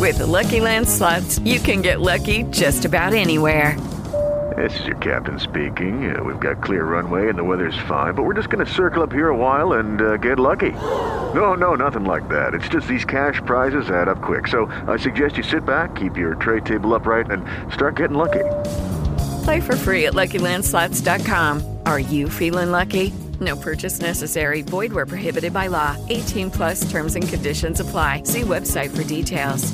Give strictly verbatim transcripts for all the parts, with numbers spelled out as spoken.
With Lucky Land Slots, you can get lucky just about anywhere. This is your captain speaking. Uh, we've got clear runway and the weather's fine, but we're just going to circle up here a while and uh, get lucky. No, no, nothing like that. It's just these cash prizes add up quick. So I suggest you sit back, keep your tray table upright, and start getting lucky. Play for free at Lucky Land Slots dot com. Are you feeling lucky? No purchase necessary. Void where prohibited by law. eighteen plus terms and conditions apply. See website for details.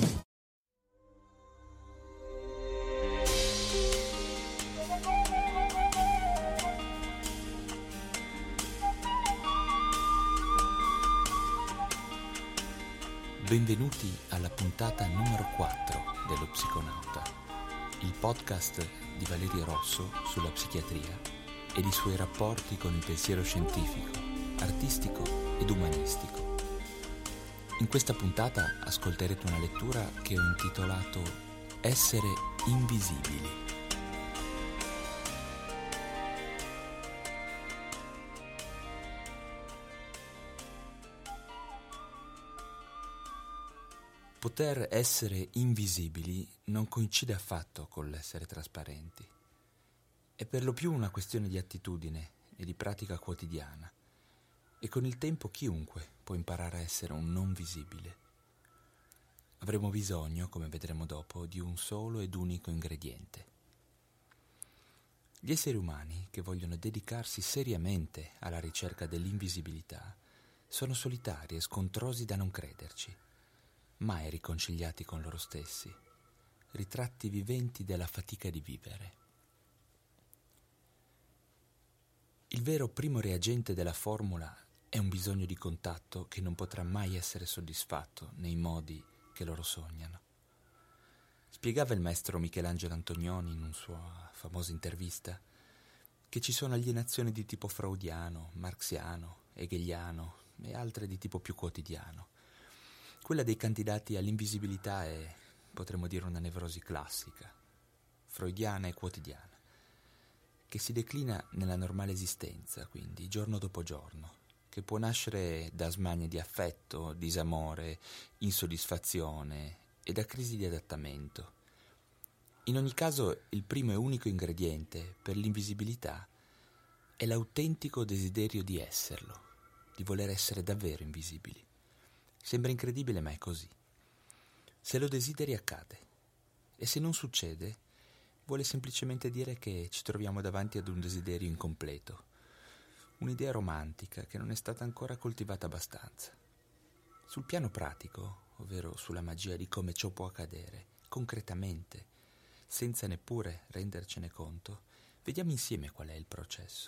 Benvenuti alla puntata numero quattro dello Psiconauta, il podcast di Valerio Rosso sulla psichiatria ed i suoi rapporti con il pensiero scientifico, artistico ed umanistico. In questa puntata ascolterete una lettura che ho intitolato Essere invisibili. Poter essere invisibili non coincide affatto con l'essere trasparenti. È per lo più una questione di attitudine e di pratica quotidiana, e con il tempo chiunque può imparare a essere un non visibile. Avremo bisogno, come vedremo dopo, di un solo ed unico ingrediente. Gli esseri umani che vogliono dedicarsi seriamente alla ricerca dell'invisibilità sono solitari e scontrosi da non crederci, mai riconciliati con loro stessi, ritratti viventi della fatica di vivere. Il vero primo reagente della formula è un bisogno di contatto che non potrà mai essere soddisfatto nei modi che loro sognano. Spiegava il maestro Michelangelo Antonioni in una sua famosa intervista che ci sono alienazioni di tipo freudiano, marxiano, hegeliano e altre di tipo più quotidiano. Quella dei candidati all'invisibilità è, potremmo dire, una nevrosi classica, freudiana e quotidiana, che si declina nella normale esistenza, quindi giorno dopo giorno, che può nascere da smanie di affetto, disamore, insoddisfazione e da crisi di adattamento. In ogni caso, il primo e unico ingrediente per l'invisibilità è l'autentico desiderio di esserlo, di voler essere davvero invisibili. Sembra incredibile, ma è così. Se lo desideri accade, e se non succede, vuole semplicemente dire che ci troviamo davanti ad un desiderio incompleto, un'idea romantica che non è stata ancora coltivata abbastanza. Sul piano pratico, ovvero sulla magia di come ciò può accadere, concretamente, senza neppure rendercene conto, vediamo insieme qual è il processo.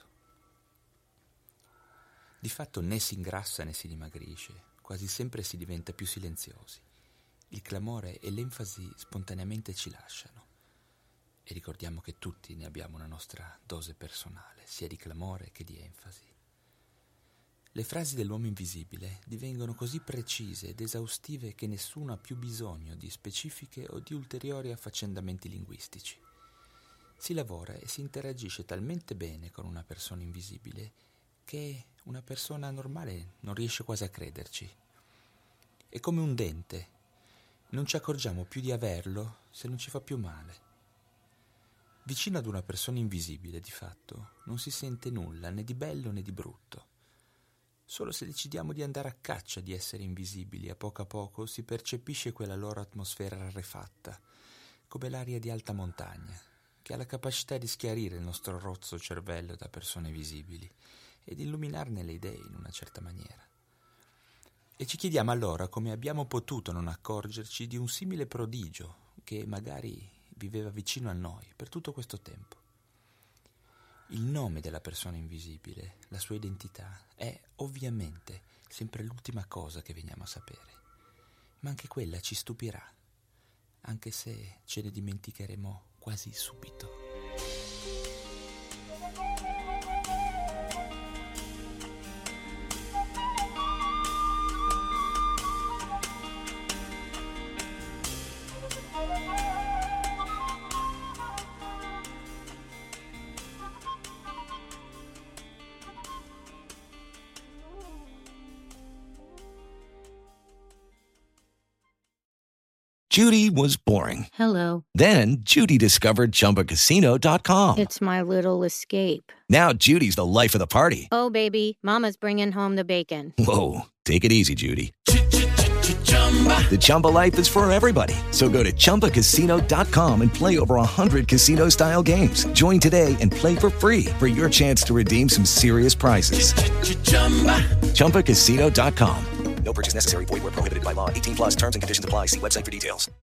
Di fatto né si ingrassa né si dimagrisce, quasi sempre si diventa più silenziosi. Il clamore e l'enfasi spontaneamente ci lasciano. E ricordiamo che tutti ne abbiamo una nostra dose personale, sia di clamore che di enfasi. Le frasi dell'uomo invisibile divengono così precise ed esaustive che nessuno ha più bisogno di specifiche o di ulteriori affaccendamenti linguistici. Si lavora e si interagisce talmente bene con una persona invisibile che una persona normale non riesce quasi a crederci. È come un dente. Non ci accorgiamo più di averlo se non ci fa più male. Vicino ad una persona invisibile, di fatto, non si sente nulla, né di bello né di brutto. Solo se decidiamo di andare a caccia di esseri invisibili, a poco a poco si percepisce quella loro atmosfera rarefatta, come l'aria di alta montagna, che ha la capacità di schiarire il nostro rozzo cervello da persone visibili ed illuminarne le idee in una certa maniera. E ci chiediamo allora come abbiamo potuto non accorgerci di un simile prodigio che magari viveva vicino a noi per tutto questo tempo. Il nome della persona invisibile, la sua identità, è ovviamente sempre l'ultima cosa che veniamo a sapere, ma anche quella ci stupirà, anche se ce ne dimenticheremo quasi subito. Judy was boring. Hello. Then Judy discovered Chumba Casino dot com. It's my little escape. Now Judy's the life of the party. Oh, baby, mama's bringing home the bacon. Whoa, take it easy, Judy. The Chumba life is for everybody. So go to Chumba Casino dot com and play over one hundred casino-style games. Join today and play for free for your chance to redeem some serious prizes. Chumba Casino dot com. No purchase necessary. Void where prohibited by law. eighteen plus terms and conditions apply. See website for details.